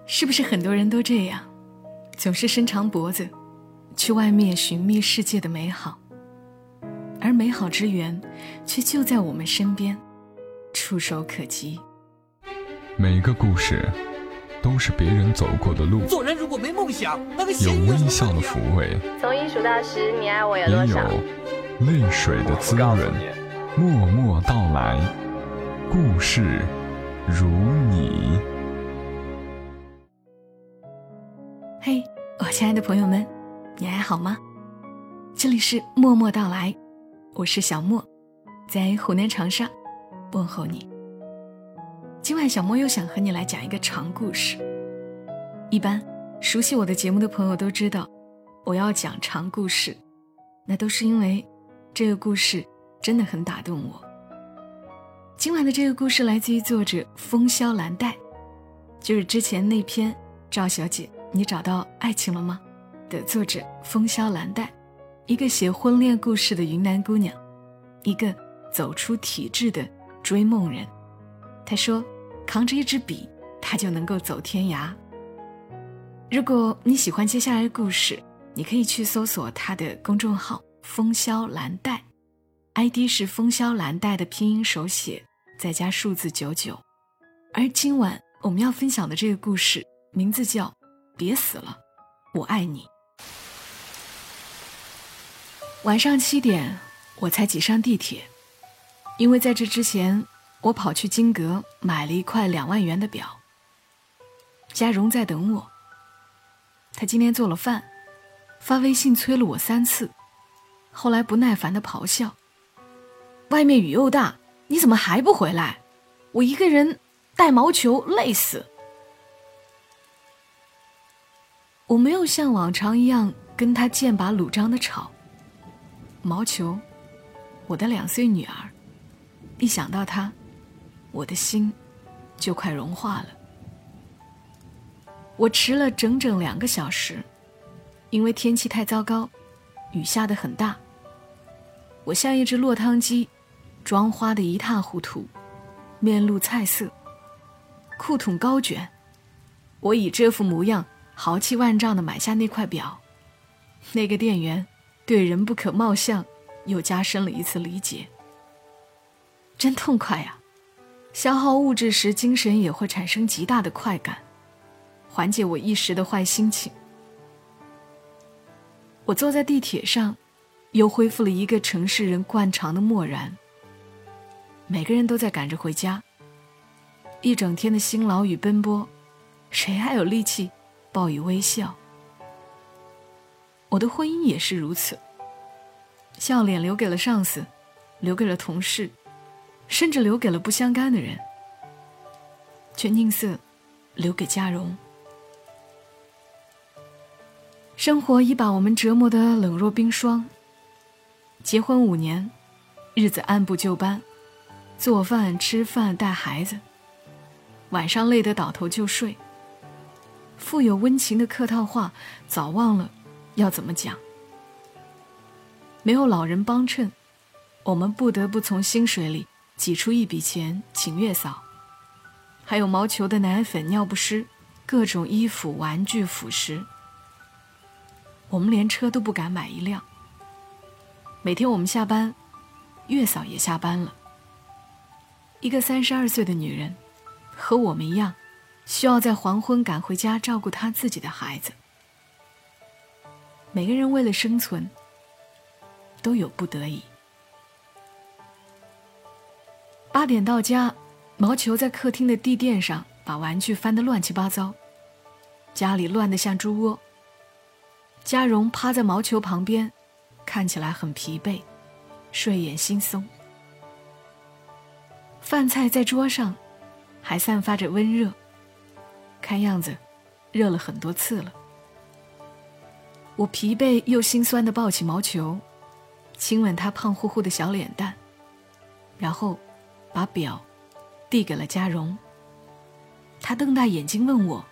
是不是很多人都这样，总是伸长脖子去外面寻觅世界的美好，而美好之源却就在我们身边，触手可及。 每个故事都是别人走过的路， 做人如果没梦想，那个有微笑的抚慰， 从1数到10，你爱我有多少？ 也有泪水的滋润。默默到来，故事如你。 嘿，我亲爱的朋友们，你还好吗？这里是默默到来，我是小莫，在湖南长沙问候你。今晚小莫又想和你来讲一个长故事。一般熟悉我的节目的朋友都知道，我要讲长故事，那都是因为这个故事真的很打动我。今晚的这个故事来自于作者风萧兰黛，就是之前那篇赵小姐你找到爱情了吗的作者风萧兰黛，一个写婚恋故事的云南姑娘，一个走出体制的追梦人。她说扛着一支笔，她就能够走天涯。如果你喜欢接下来的故事，你可以去搜索她的公众号风萧兰黛， ID 是风萧兰黛的拼音手写再加数字99。而今晚我们要分享的这个故事名字叫别死了，我爱你。晚上7点我才挤上地铁，因为在这之前我跑去金阁买了一块2万元的表。嘉荣在等我，他今天做了饭，发微信催了我3次，后来不耐烦地咆哮，外面雨又大，你怎么还不回来？我一个人带毛球累死。我没有像往常一样跟他剑拔弩张地吵，毛球，我的2岁女儿，一想到他，我的心就快融化了。我迟了整整2个小时，因为天气太糟糕，雨下得很大，我像一只落汤鸡，妆花得一塌糊涂，面露菜色，裤筒高卷。我以这副模样豪气万丈地买下那块表，那个店员对人不可貌相又加深了一次理解。真痛快啊，消耗物质时精神也会产生极大的快感，缓解我一时的坏心情。我坐在地铁上，又恢复了一个城市人惯常的漠然。每个人都在赶着回家，一整天的辛劳与奔波，谁还有力气报以微笑？我的婚姻也是如此，笑脸留给了上司，留给了同事，甚至留给了不相干的人，却吝啬留给嘉荣。生活已把我们折磨得冷若冰霜。结婚5年，日子按部就班，做饭吃饭带孩子，晚上累得倒头就睡，富有温情的客套话早忘了要怎么讲。没有老人帮衬，我们不得不从薪水里挤出一笔钱请月嫂，还有毛球的奶粉尿不湿，各种衣服玩具辅食。我们连车都不敢买一辆。每天我们下班，月嫂也下班了。一个32岁的女人，和我们一样，需要在黄昏赶回家照顾她自己的孩子。每个人为了生存，都有不得已。8点到家，毛球在客厅的地垫上把玩具翻得乱七八糟，家里乱得像猪窝。嘉荣趴在毛球旁边，看起来很疲惫，睡眼惺忪。饭菜在桌上，还散发着温热，看样子热了很多次了。我疲惫又心酸地抱起毛球，亲吻他胖乎乎的小脸蛋，然后把表递给了嘉荣。他瞪大眼睛问我：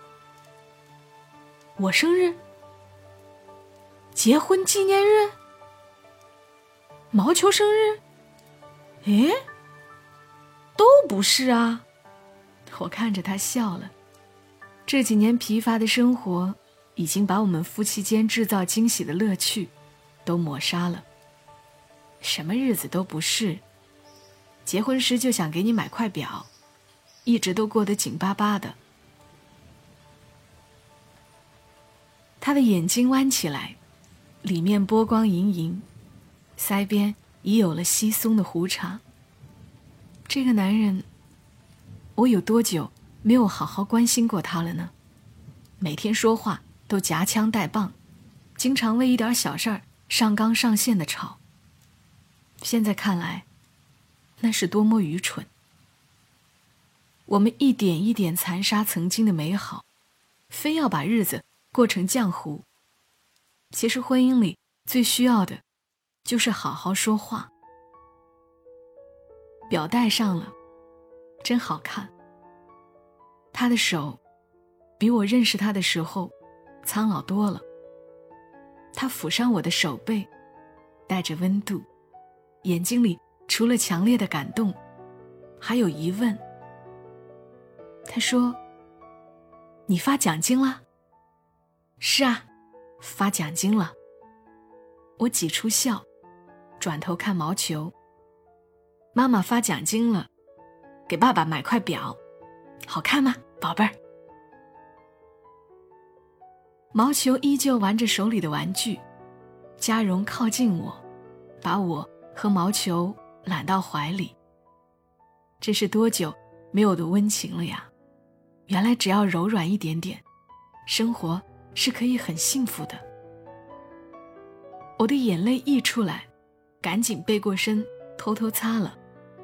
我生日？结婚纪念日？毛球生日？诶，都不是啊。我看着他笑了， 这几年疲乏的生活已经把我们夫妻间制造惊喜的乐趣都抹杀了。什么日子都不是，结婚时就想给你买块表，一直都过得紧巴巴的。他的眼睛弯起来，里面波光盈盈，腮边已有了稀松的胡茬。这个男人，我有多久没有好好关心过他了呢？每天说话都夹枪带棒，经常为一点小事儿上纲上线的吵。现在看来，那是多么愚蠢。我们一点一点残杀曾经的美好，非要把日子过成浆糊。其实婚姻里最需要的就是好好说话。表带上了，真好看。他的手比我认识他的时候苍老多了。他抚上我的手背，带着温度，眼睛里除了强烈的感动，还有疑问。他说：“你发奖金了？”“是啊，发奖金了。”我挤出笑，转头看毛球。妈妈发奖金了，给爸爸买块表，好看吗，宝贝儿？毛球依旧玩着手里的玩具，嘉荣靠近我，把我和毛球揽到怀里。这是多久没有的温情了呀？原来只要柔软一点点，生活是可以很幸福的。我的眼泪溢出来，赶紧背过身偷偷擦了。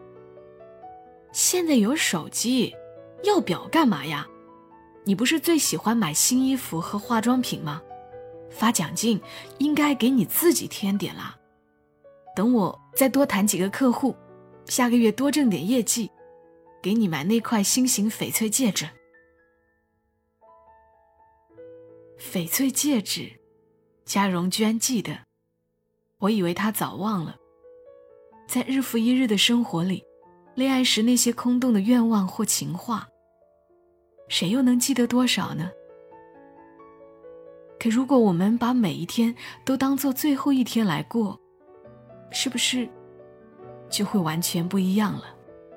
现在有手机，要表干嘛呀？你不是最喜欢买新衣服和化妆品吗？发奖金应该给你自己添点啦。等我再多谈几个客户，下个月多挣点业绩，给你买那块新型翡翠戒指。翡翠戒指，嘉荣居然记得，我以为他早忘了。在日复一日的生活里，恋爱时那些空洞的愿望或情话，谁又能记得多少呢？可如果我们把每一天都当作最后一天来过，是不是就会完全不一样了？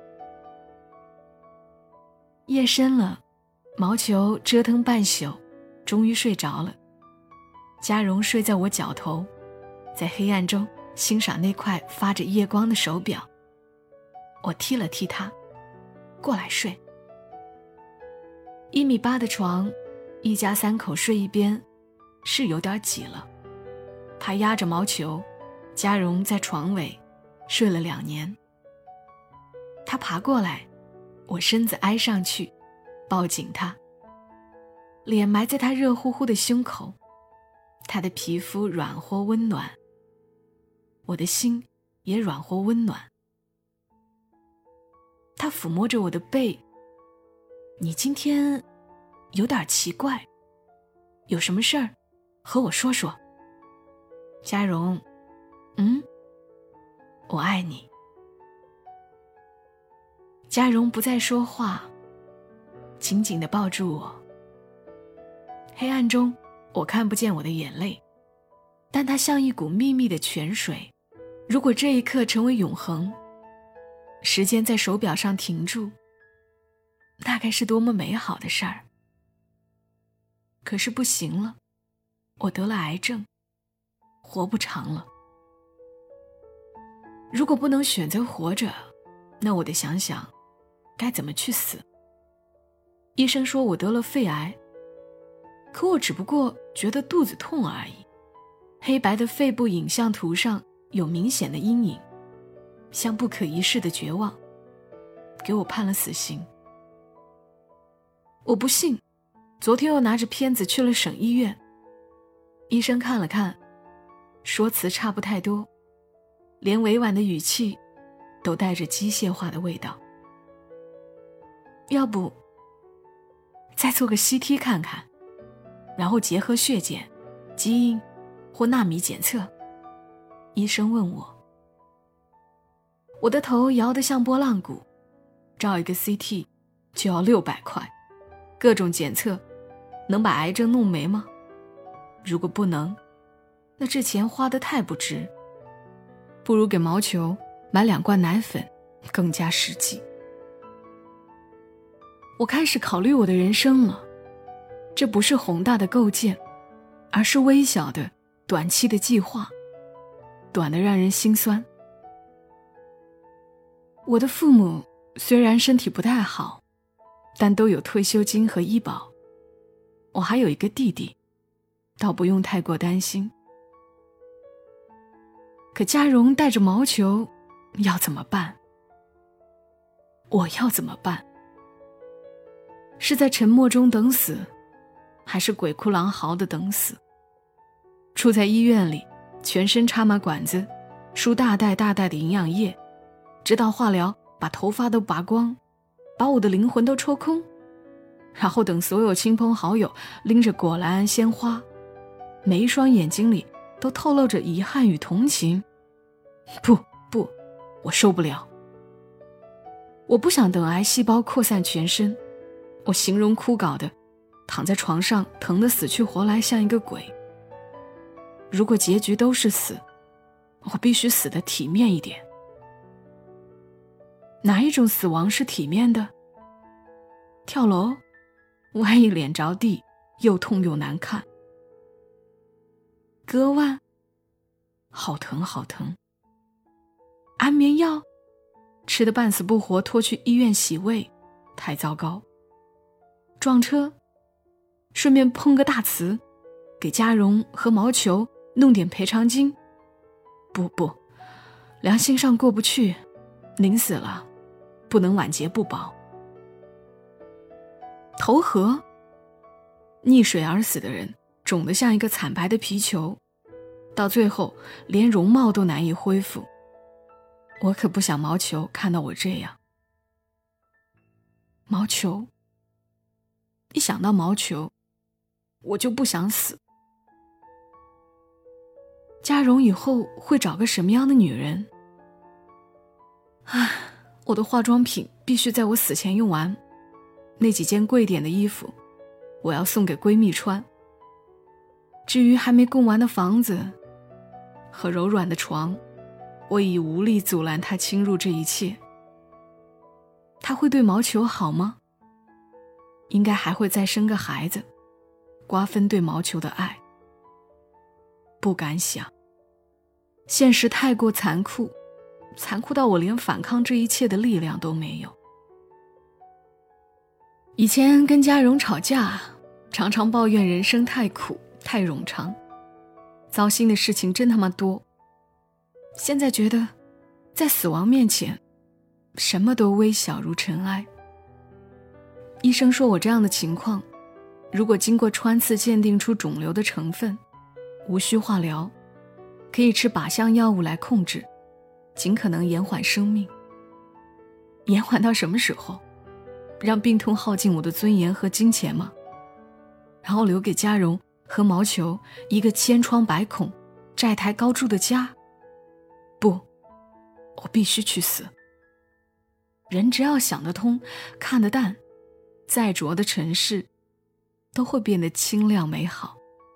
夜深了，毛球折腾半宿，终于睡着了。嘉荣睡在我脚头，在黑暗中欣赏那块发着夜光的手表。我踢了踢他，过来睡。1.8米的床，一家3口睡一边，是有点挤了。他压着毛球，嘉荣在床尾睡了2年。他爬过来，我身子挨上去，抱紧他，脸埋在他热乎乎的胸口，他的皮肤软和温暖，我的心也软和温暖。他抚摸着我的背，你今天有点奇怪，有什么事儿和我说说。嘉荣，我爱你。嘉荣不再说话，紧紧地抱住我。黑暗中我看不见我的眼泪，但它像一股秘密的泉水。如果这一刻成为永恒，时间在手表上停住，那该是多么美好的事儿。可是不行了，我得了癌症，活不长了。如果不能选择活着，那我得想想该怎么去死。医生说我得了肺癌，可我只不过觉得肚子痛而已。黑白的肺部影像图上有明显的阴影，像不可一世的绝望，给我判了死刑。我不信，昨天又拿着片子去了省医院，医生看了看，说辞差不太多，连委婉的语气都带着机械化的味道。要不再做个 CT 看看，然后结合血检、基因或纳米检测。医生问我，我的头摇得像拨浪鼓，照一个 CT 就要600块，各种检测能把癌症弄没吗？如果不能，那这钱花得太不值，不如给毛球买2罐奶粉更加实际。我开始考虑我的人生了，这不是宏大的构建，而是微小的短期的计划，短得让人心酸。我的父母虽然身体不太好，但都有退休金和医保。我还有一个弟弟，倒不用太过担心。可嘉荣带着毛球要怎么办？我要怎么办？是在沉默中等死，还是鬼哭狼嚎的等死？住在医院里，全身插满管子，输大袋大袋的营养液，直到化疗把头发都拔光，把我的灵魂都抽空，然后等所有亲朋好友拎着果篮鲜花，每一双眼睛里都透露着遗憾与同情。不，我受不了。我不想等癌细胞扩散全身，我形容枯槁的躺在床上，疼得死去活来，像一个鬼。如果结局都是死，我必须死得体面一点。哪一种死亡是体面的？跳楼？万一脸着地，又痛又难看。割腕？好疼好疼。安眠药？吃得半死不活，拖去医院洗胃，太糟糕。撞车？顺便碰个大瓷，给嘉荣和毛球弄点赔偿金？不，良心上过不去，临死了，不能晚节不保。投河？溺水而死的人肿得像一个惨白的皮球，到最后连容貌都难以恢复。我可不想毛球看到我这样。毛球，一想到毛球，我就不想死。嘉荣以后会找个什么样的女人？我的化妆品必须在我死前用完，那几件贵点的衣服我要送给闺蜜穿。至于还没供完的房子和柔软的床，我已无力阻拦她侵入这一切。她会对毛球好吗？应该还会再生个孩子，瓜分对毛球的爱。不敢想，现实太过残酷，残酷到我连反抗这一切的力量都没有。以前跟嘉荣吵架，常常抱怨人生太苦太冗长，糟心的事情真他妈多。现在觉得在死亡面前，什么都微小如尘埃。医生说我这样的情况，如果经过穿刺鉴定出肿瘤的成分，无需化疗，可以吃靶向药物来控制，尽可能延缓生命。延缓到什么时候？让病痛耗尽我的尊严和金钱吗？然后留给嘉荣和毛球一个千疮百孔、债台高筑的家？不，我必须去死。人只要想得通，看得淡，再浊的尘世都会变得清亮美好。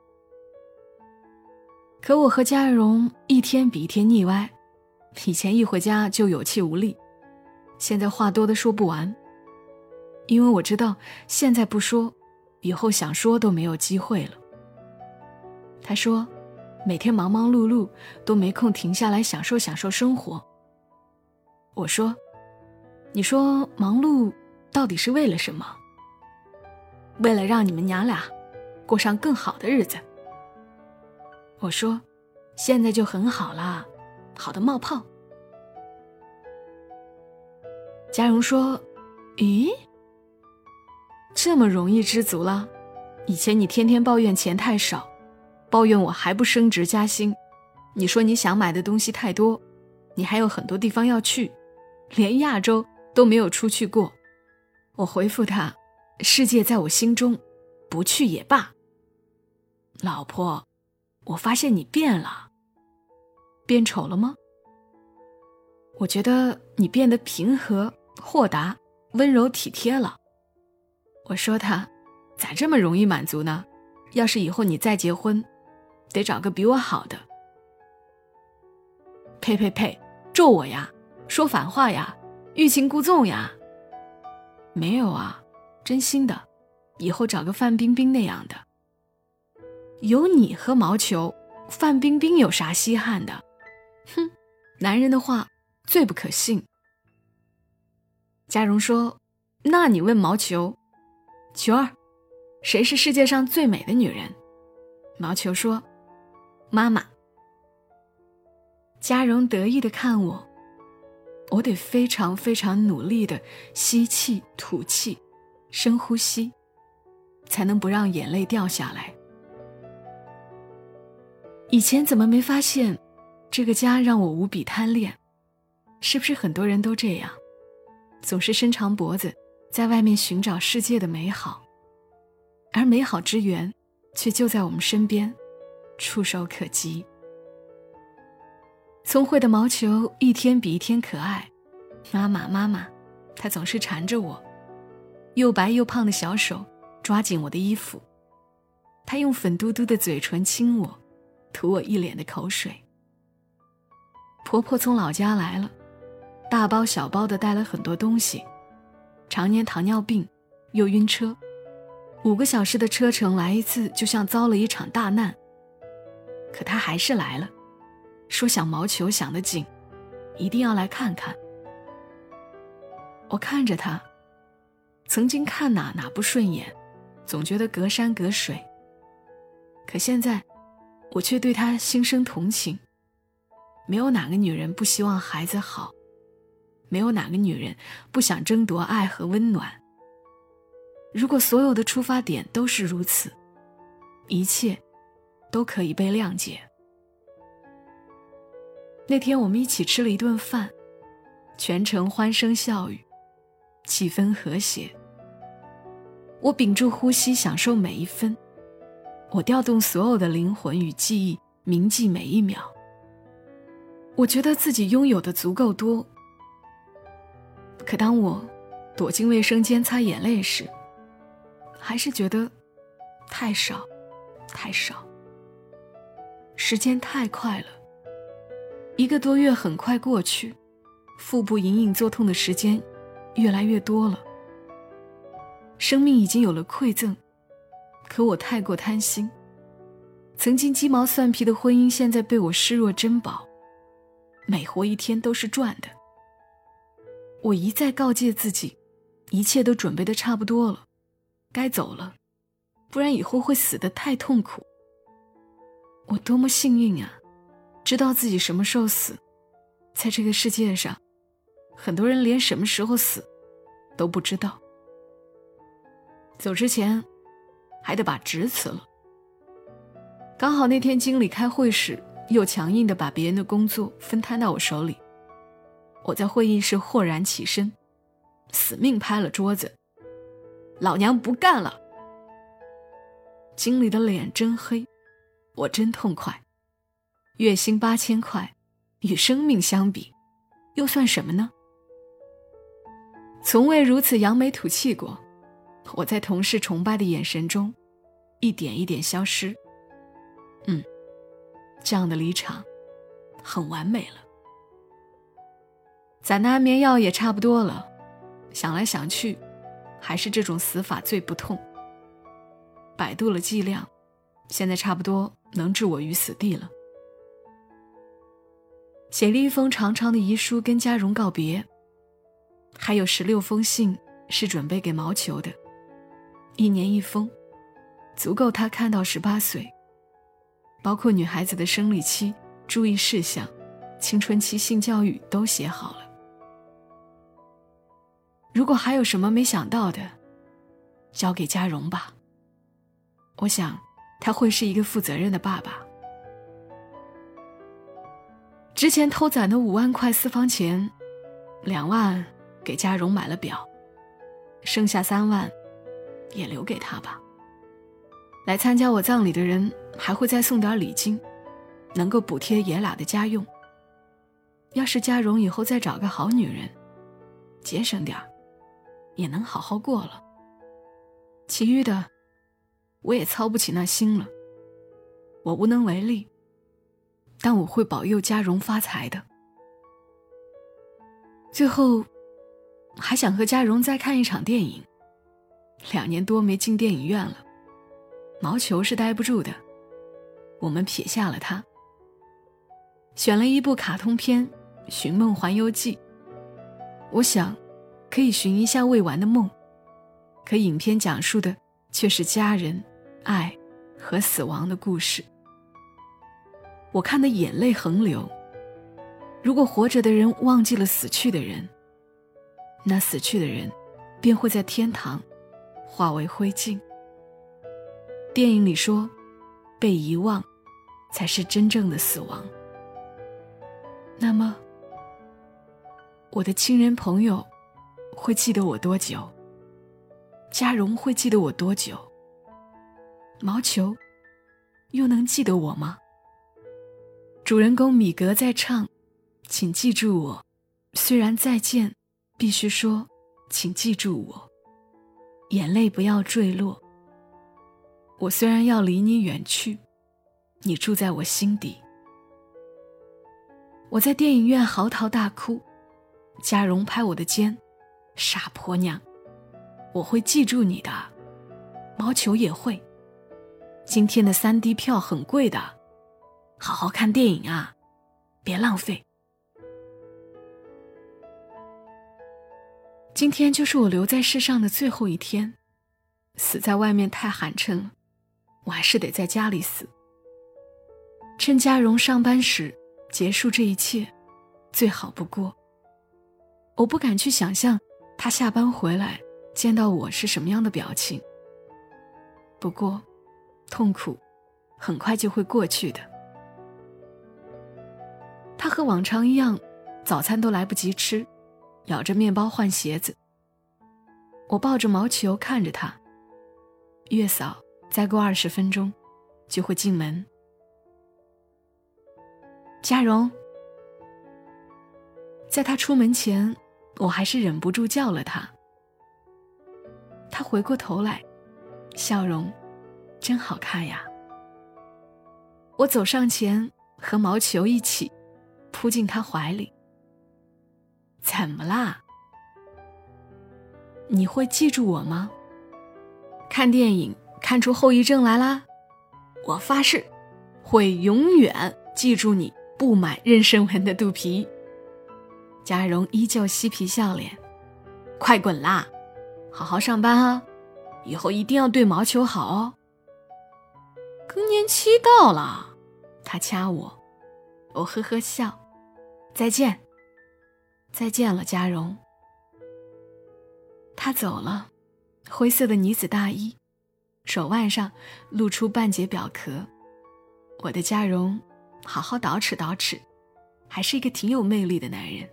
可我和嘉荣一天比一天腻歪，以前一回家就有气无力，现在话多的说不完。因为我知道现在不说，以后想说都没有机会了。他说每天忙忙碌碌，都没空停下来享受享受生活。我说，你说忙碌到底是为了什么？为了让你们娘俩过上更好的日子。我说，现在就很好啦，好的冒泡。嘉荣说，咦，这么容易知足了？以前你天天抱怨钱太少，抱怨我还不升职加薪，你说你想买的东西太多，你还有很多地方要去，连亚洲都没有出去过。我回复他，世界在我心中，不去也罢。老婆，我发现你变了。变丑了吗？我觉得你变得平和、豁达、温柔体贴了。我说他， 咋这么容易满足呢？要是以后你再结婚，得找个比我好的。呸呸呸，咒我呀，说反话呀，欲擒故纵呀。没有啊，真心的，以后找个范冰冰那样的。有你和毛球，范冰冰有啥稀罕的？哼，男人的话最不可信。嘉荣说，那你问毛球，球儿，谁是世界上最美的女人？毛球说，妈妈。嘉荣得意地看我，我得非常非常努力地吸气吐气，深呼吸，才能不让眼泪掉下来。以前怎么没发现这个家让我无比贪恋？是不是很多人都这样，总是伸长脖子在外面寻找世界的美好，而美好之源却就在我们身边，触手可及。聪慧的毛球一天比一天可爱，妈妈妈妈，他总是缠着我，又白又胖的小手抓紧我的衣服，他用粉嘟嘟的嘴唇亲我，吐我一脸的口水。婆婆从老家来了，大包小包的带了很多东西，常年糖尿病又晕车，5个小时的车程来一次就像遭了一场大难。可她还是来了，说想毛球想得紧，一定要来看看。我看着她，曾经看哪不顺眼，总觉得隔山隔水，可现在我却对她心生同情。没有哪个女人不希望孩子好，没有哪个女人不想争夺爱和温暖。如果所有的出发点都是如此，一切都可以被谅解。那天我们一起吃了一顿饭，全程欢声笑语，气氛和谐。我屏住呼吸，享受每一分，我调动所有的灵魂与记忆，铭记每一秒。我觉得自己拥有的足够多，可当我躲进卫生间擦眼泪时，还是觉得太少太少。时间太快了，1个多月很快过去，腹部隐隐作痛的时间越来越多了。生命已经有了馈赠，可我太过贪心，曾经鸡毛蒜皮的婚姻现在被我视若珍宝，每活一天都是赚的。我一再告诫自己，一切都准备得差不多了，该走了，不然以后会死得太痛苦。我多么幸运啊，知道自己什么时候死。在这个世界上，很多人连什么时候死都不知道。走之前还得把职辞了。刚好那天经理开会时又强硬地把别人的工作分摊到我手里，我在会议室豁然起身，死命拍了桌子，老娘不干了。经理的脸真黑，我真痛快。月薪8000块，与生命相比，又算什么呢？从未如此扬眉吐气过。我在同事崇拜的眼神中，一点一点消失。这样的离场，很完美了。攒的安眠药也差不多了，想来想去，还是这种死法最不痛。百度了剂量，现在差不多能置我于死地了。写了一封长长的遗书跟家荣告别，还有16封信是准备给毛球的，1年1封，足够他看到18岁，包括女孩子的生理期、注意事项、青春期性教育都写好了。如果还有什么没想到的，交给家荣吧。我想他会是一个负责任的爸爸。之前偷攒的5万块私房钱，2万给家荣买了表，剩下3万也留给他吧。来参加我葬礼的人还会再送点礼金，能够补贴爷俩的家用。要是家荣以后再找个好女人，节省点也能好好过了。其余的我也操不起那心了。我无能为力，但我会保佑家荣发财的。最后还想和家荣再看一场电影，2年多没进电影院了，毛球是待不住的，我们撇下了它，选了一部卡通片《寻梦环游记》。我想可以寻一下未完的梦，可影片讲述的却是家人、爱和死亡的故事。我看得眼泪横流。如果活着的人忘记了死去的人，那死去的人便会在天堂化为灰烬。电影里说，被遗忘才是真正的死亡。那么我的亲人朋友会记得我多久？家荣会记得我多久？毛球又能记得我吗？主人公米格在唱，请记住我，虽然再见必须说请记住我，眼泪不要坠落。我虽然要离你远去，你住在我心底。我在电影院嚎啕大哭，家荣拍我的肩，傻婆娘，我会记住你的，毛球也会。今天的 3D 票很贵的，好好看电影啊，别浪费。今天就是我留在世上的最后一天，死在外面太寒碜了，我还是得在家里死。趁家荣上班时结束这一切，最好不过。我不敢去想象他下班回来见到我是什么样的表情。不过痛苦很快就会过去的。他和往常一样，早餐都来不及吃，咬着面包换鞋子。我抱着毛球看着他，月嫂再过20分钟就会进门。家荣，在他出门前，我还是忍不住叫了他。他回过头来，笑容真好看呀。我走上前，和毛球一起扑进他怀里。怎么啦？你会记住我吗？看电影看出后遗症来啦？我发誓，会永远记住你布满妊娠纹的肚皮。家荣依旧嬉皮笑脸。快滚啦，好好上班啊，以后一定要对毛球好哦。更年期到了，他掐我，我呵呵笑。再见。再见了，家荣。他走了，灰色的呢子大衣，手腕上露出半截表壳。我的家荣好好捯饬捯饬，还是一个挺有魅力的男人。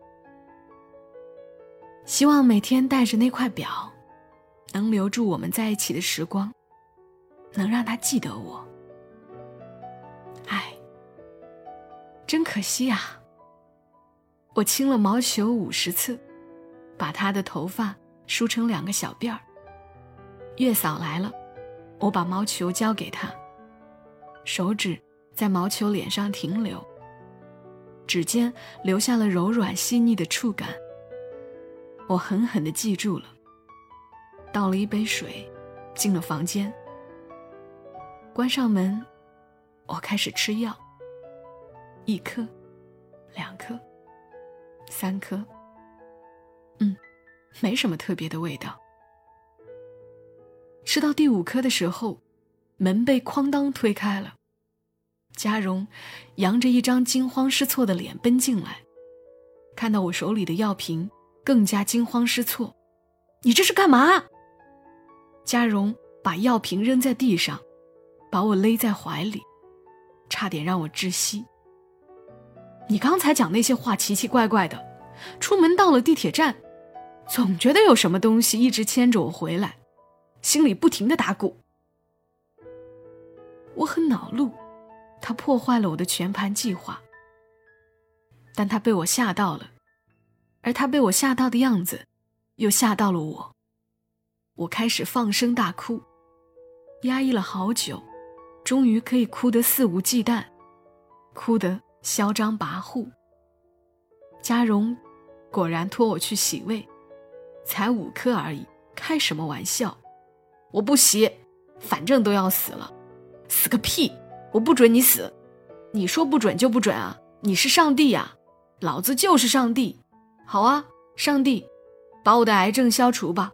希望每天带着那块表，能留住我们在一起的时光，能让他记得我。唉，真可惜啊。我亲了毛球50次，把他的头发梳成2个小辫儿。月嫂来了，我把毛球交给他，手指在毛球脸上停留，指尖留下了柔软细腻的触感。我狠狠地记住了，倒了一杯水，进了房间，关上门，我开始吃药，1颗2颗3颗，没什么特别的味道。吃到第5颗的时候，门被哐当推开了，家荣扬着一张惊慌失措的脸奔进来，看到我手里的药瓶更加惊慌失措。你这是干嘛？家荣把药瓶扔在地上，把我勒在怀里，差点让我窒息。你刚才讲那些话奇奇怪怪的，出门到了地铁站，总觉得有什么东西一直牵着我回来，心里不停地打鼓。我很恼怒，他破坏了我的全盘计划。但他被我吓到了，而他被我吓到的样子又吓到了我。我开始放声大哭， 压抑了好久，终于可以哭得肆无忌惮，哭得嚣张跋扈。家荣果然托我去洗胃，才5颗而已，开什么玩笑？我不洗，反正都要死了。死个屁，我不准你死。你说不准就不准啊，你是上帝啊，老子就是上帝。好啊，上帝，把我的癌症消除吧。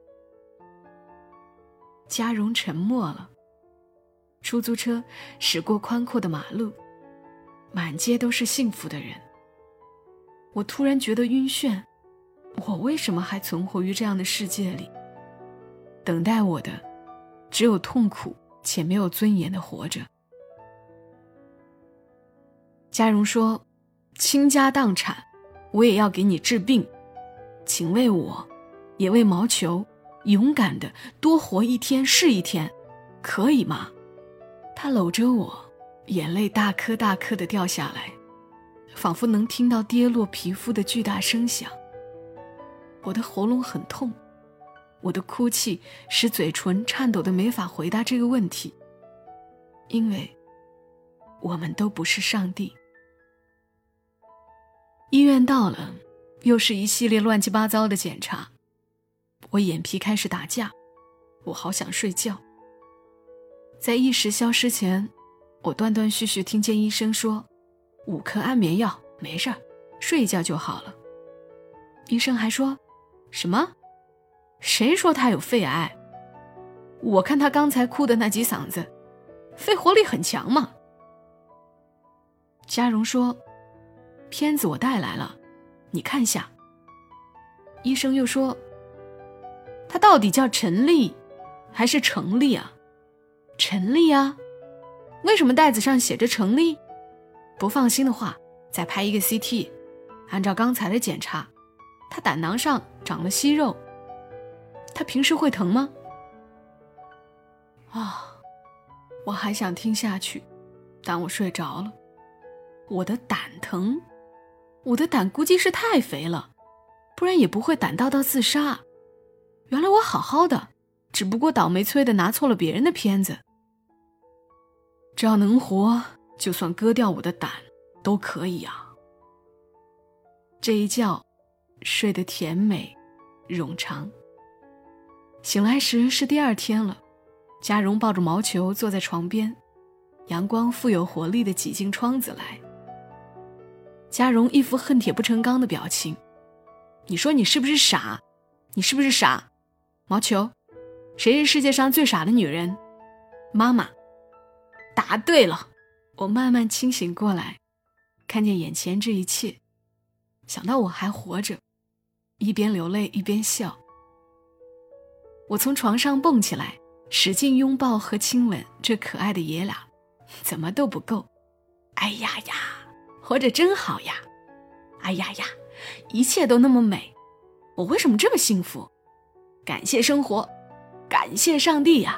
家荣沉默了。出租车驶过宽阔的马路，满街都是幸福的人。我突然觉得晕眩，我为什么还存活于这样的世界里？等待我的只有痛苦且没有尊严的活着。家荣说，倾家荡产我也要给你治病，请为我也为毛球勇敢的多活一天是一天，可以吗？他搂着我，眼泪大颗大颗的掉下来，仿佛能听到跌落皮肤的巨大声响。我的喉咙很痛，我的哭泣使嘴唇颤抖的没法回答这个问题，因为我们都不是上帝。医院到了，又是一系列乱七八糟的检查，我眼皮开始打架，我好想睡觉。在意识消失前，我断断续续听见医生说5颗安眠药，没事儿，睡一觉就好了。医生还说，什么？谁说他有肺癌？我看他刚才哭的那几嗓子，肺活力很强嘛。家荣说，片子我带来了，你看下。医生又说，他到底叫陈丽还是程丽啊？陈丽啊，为什么袋子上写着程丽？不放心的话，再拍一个 CT， 按照刚才的检查，他胆囊上长了息肉，他平时会疼吗？我还想听下去，但我睡着了。我的胆疼，我的胆估计是太肥了，不然也不会胆道到自杀。原来我好好的，只不过倒霉催的拿错了别人的片子。只要能活，就算割掉我的胆都可以啊。这一觉睡得甜美冗长。醒来时是第2天了，家荣抱着毛球坐在床边，阳光富有活力地挤进窗子来。家荣一副恨铁不成钢的表情，你说你是不是傻？你是不是傻？毛球，谁是世界上最傻的女人？妈妈。答对了。我慢慢清醒过来，看见眼前这一切，想到我还活着，一边流泪一边笑。我从床上蹦起来，使劲拥抱和亲吻这可爱的爷俩，怎么都不够。哎呀呀，活着真好呀！哎呀呀，一切都那么美，我为什么这么幸福？感谢生活，感谢上帝呀！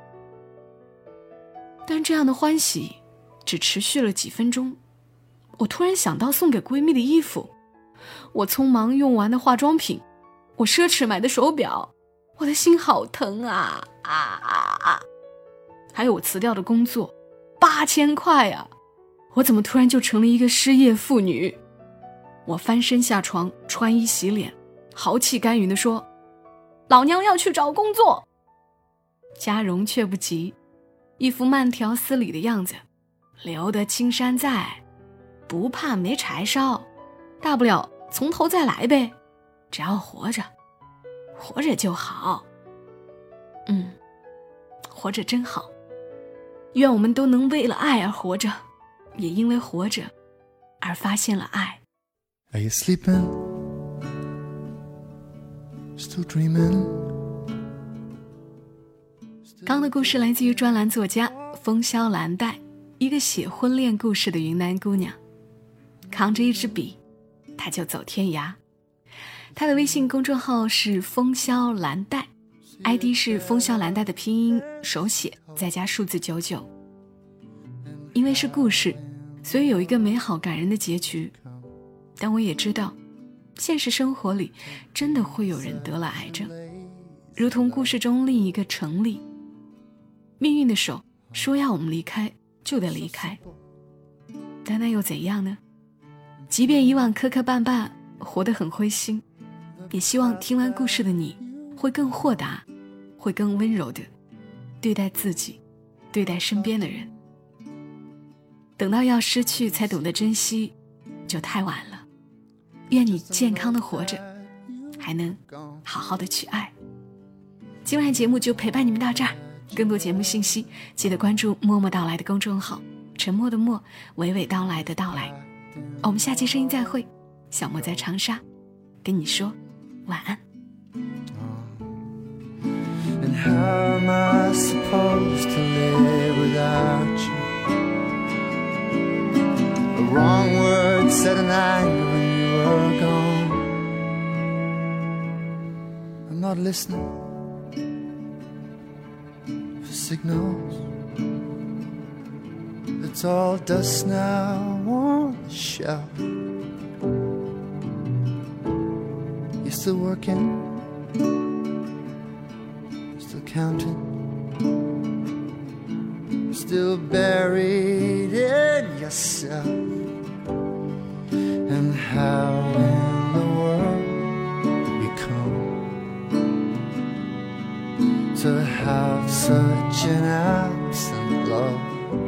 但这样的欢喜只持续了几分钟，我突然想到送给闺蜜的衣服，我匆忙用完的化妆品，我奢侈买的手表，我的心好疼啊！还有我辞掉的工作，8000块啊！我怎么突然就成了一个失业妇女？我翻身下床，穿衣洗脸，豪气干云地说，老娘要去找工作。家荣却不急，一副慢条斯理的样子，留得青山在，不怕没柴烧，大不了从头再来呗，只要活着，活着就好。活着真好。愿我们都能为了爱而活着，也因为活着而发现了爱。 Are you sleeping? Still dreaming? 刚的故事来自于专栏作家风萧兰黛，一个写婚恋故事的云南姑娘，扛着一支笔，她就走天涯。她的微信公众号是风萧兰黛， ID 是风萧兰黛的拼音手写再加数字99。因为是故事，所以有一个美好感人的结局，但我也知道现实生活里真的会有人得了癌症，如同故事中另一个程丽。 命运的手说要我们离开就得离开，但那又怎样呢？即便以往磕磕绊绊，活得很灰心，也希望听完故事的你会更豁达，会更温柔的对待自己，对待身边的人。等到要失去才懂得珍惜，就太晚了。愿你健康的活着，还能好好的去爱。今晚节目就陪伴你们到这儿，更多节目信息记得关注默默到来的公众号，沉默的默，娓娓道来的到来。我们下期声音再会，小莫在长沙跟你说晚安。 And how am I supposed to live without you? A wrong word said in anger when you were gone. I'm not listening for signals. It's all dust now on the shelf. You're still working, still counting, still buried in yourself. And how in the world did we come to have such an absent love?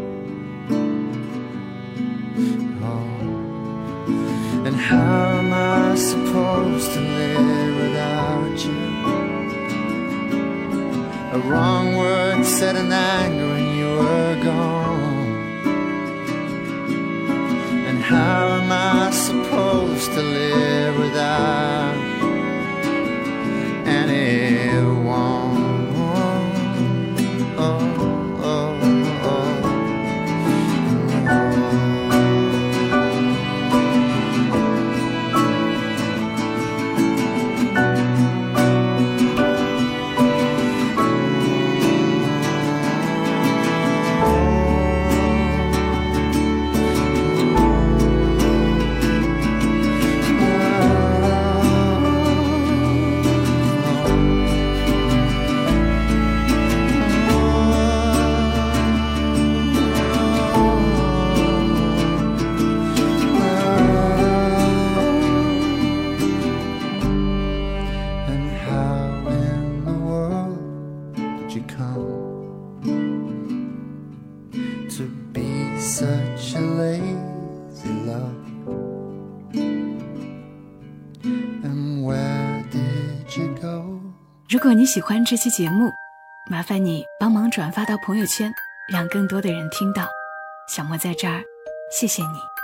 And how am I supposed to live without you? A wrong word said in anger when you were gone. And how am I supposed to live without anyone? To be such a lazy love. And where did you go? 如果你喜欢这期节目，麻烦你帮忙转发到朋友圈，让更多的人听到。小莫在这儿，谢谢你。